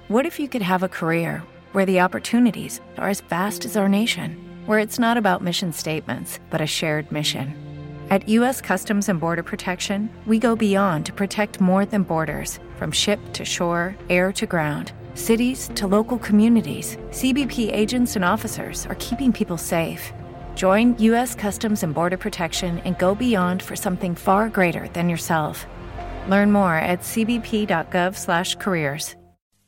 What if you could have a career where the opportunities are as vast as our nation, where it's not about mission statements, but a shared mission? At U.S. Customs and Border Protection, we go beyond to protect more than borders. From ship to shore, air to ground, cities to local communities, CBP agents and officers are keeping people safe. Join U.S. Customs and Border Protection and go beyond for something far greater than yourself. Learn more at cbp.gov/careers.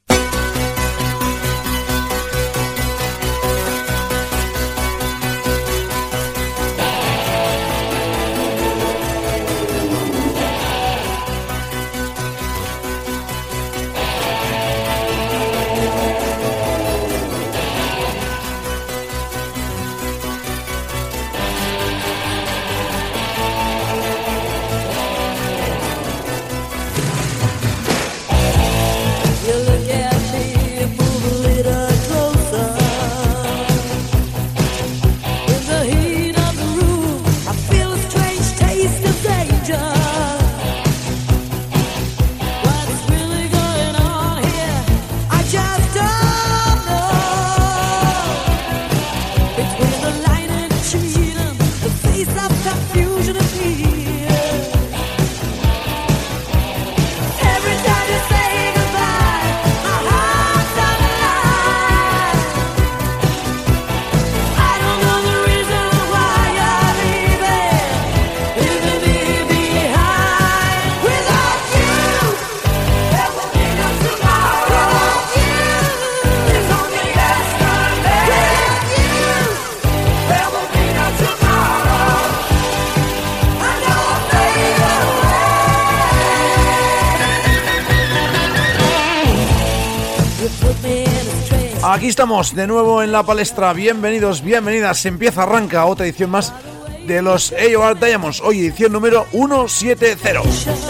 Aquí estamos de nuevo en la palestra. Bienvenidos, bienvenidas. Arranca otra edición más de los AOR Diamonds. Hoy edición número 170.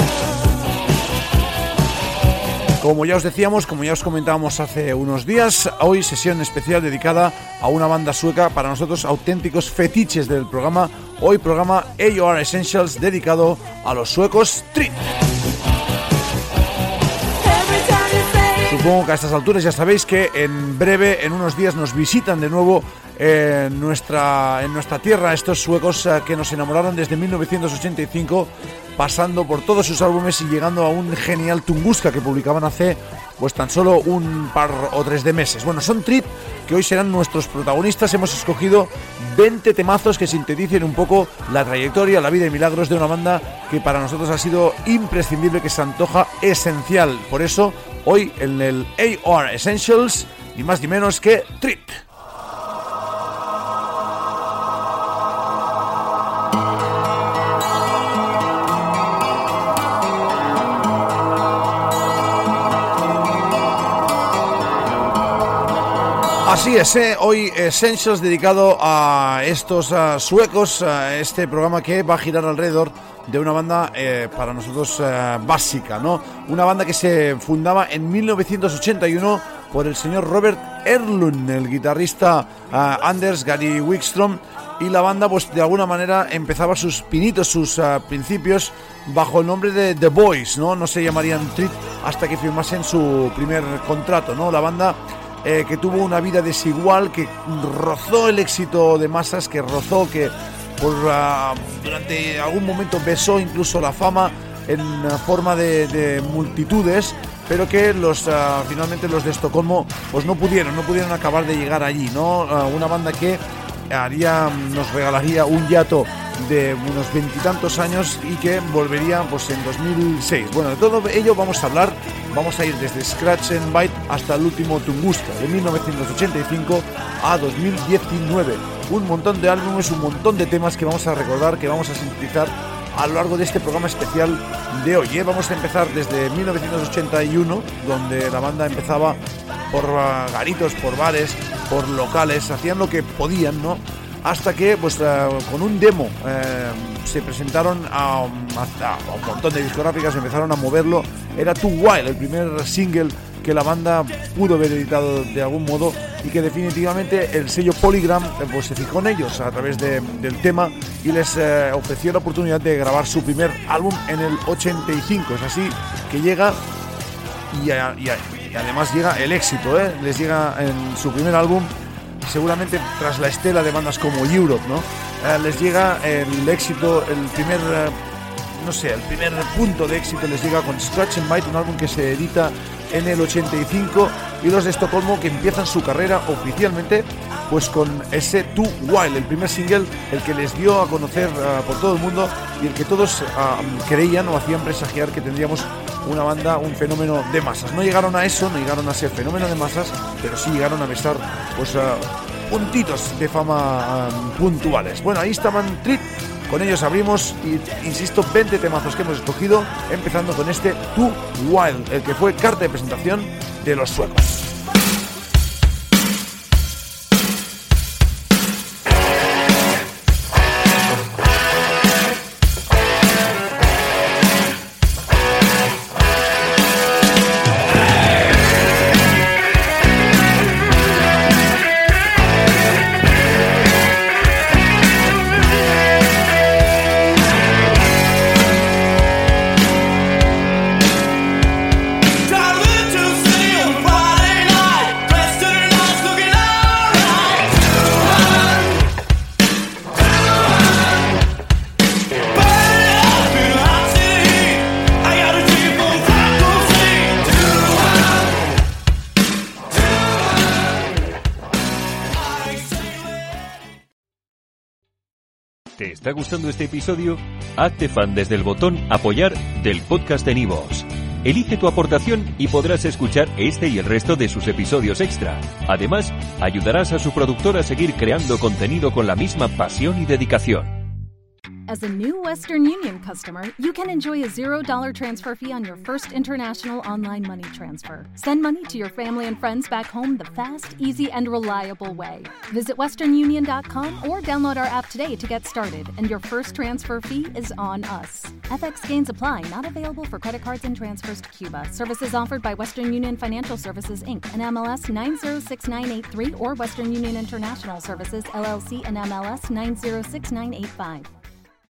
Como ya os decíamos, como ya os comentábamos hace unos días, hoy sesión especial dedicada a una banda sueca, para nosotros auténticos fetiches del programa. Hoy programa AOR Essentials dedicado a los suecos Tritt. Supongo que a estas alturas ya sabéis que en breve, en unos días, nos visitan de nuevo en nuestra tierra estos suecos que nos enamoraron desde 1985, pasando por todos sus álbumes y llegando a un genial Tunguska que publicaban hace pues tan solo un par o tres de meses. Bueno, son Tritt, que hoy serán nuestros protagonistas. Hemos escogido 20 temazos que sinteticen un poco la trayectoria, la vida y milagros de una banda que para nosotros ha sido imprescindible, que se antoja esencial. Por eso, hoy en el AOR Essentials, ni más ni menos que Tritt. Así es, hoy Essentials dedicado a estos suecos, este programa que va a girar alrededor de una banda para nosotros básica, ¿no? Una banda que se fundaba en 1981 por el señor Robert Erlund, el guitarrista Anders Gary Wikström, y la banda pues de alguna manera empezaba sus pinitos, sus principios bajo el nombre de The Boys, ¿no? No se llamarían Tritt hasta que firmasen su primer contrato, ¿no? La banda que tuvo una vida desigual, que rozó el éxito de masas, que rozó, que durante algún momento besó incluso la fama en forma de multitudes, pero que finalmente los de Estocolmo pues no pudieron acabar de llegar allí, ¿no? Una banda que nos regalaría un hiato de unos veintitantos años y que volvería pues en 2006. Bueno, de todo ello vamos a hablar. Vamos a ir desde Scratch and Bite hasta el último Tunguska, de 1985 a 2019. Un montón de álbumes, un montón de temas que vamos a recordar, que vamos a sintetizar a lo largo de este programa especial de hoy. Vamos a empezar desde 1981, donde la banda empezaba por garitos, por bares, por locales, hacían lo que podían, ¿no? Hasta que pues con un demo se presentaron a un montón de discográficas, empezaron a moverlo. Era Too Wild, el primer single que la banda pudo haber editado de algún modo, y que definitivamente el sello Polygram pues se fijó en ellos a través del tema y les ofreció la oportunidad de grabar su primer álbum en el 85. Es así que llega y y además llega el éxito, les llega en su primer álbum, seguramente tras la estela de bandas como Europe, ¿no? Les llega el éxito, el primer punto de éxito les llega con Scratch and Bite, un álbum que se edita en el 85, y los de Estocolmo que empiezan su carrera oficialmente pues con ese Too Wild, el primer single, el que les dio a conocer por todo el mundo y el que todos creían o hacían presagiar que tendríamos una banda, un fenómeno de masas. No llegaron a eso, no llegaron a ser fenómeno de masas, pero sí llegaron a besar pues puntitos de fama puntuales. Bueno, ahí estaban Treat, con ellos abrimos y, insisto, 20 temazos que hemos escogido, empezando con este Too Wild, el que fue carta de presentación de los suecos. ¿Te está gustando este episodio? Hazte fan desde el botón Apoyar del podcast de Nivos. Elige tu aportación y podrás escuchar este y el resto de sus episodios extra. Además, ayudarás a su productor a seguir creando contenido con la misma pasión y dedicación. As a new Western Union customer, you can enjoy a $0 transfer fee on your first international online money transfer. Send money to your family and friends back home the fast, easy, and reliable way. Visit westernunion.com or download our app today to get started, and your first transfer fee is on us. FX gains apply, not available for credit cards and transfers to Cuba. Services offered by Western Union Financial Services, Inc., and MLS 906983, or Western Union International Services, LLC, and MLS 906985.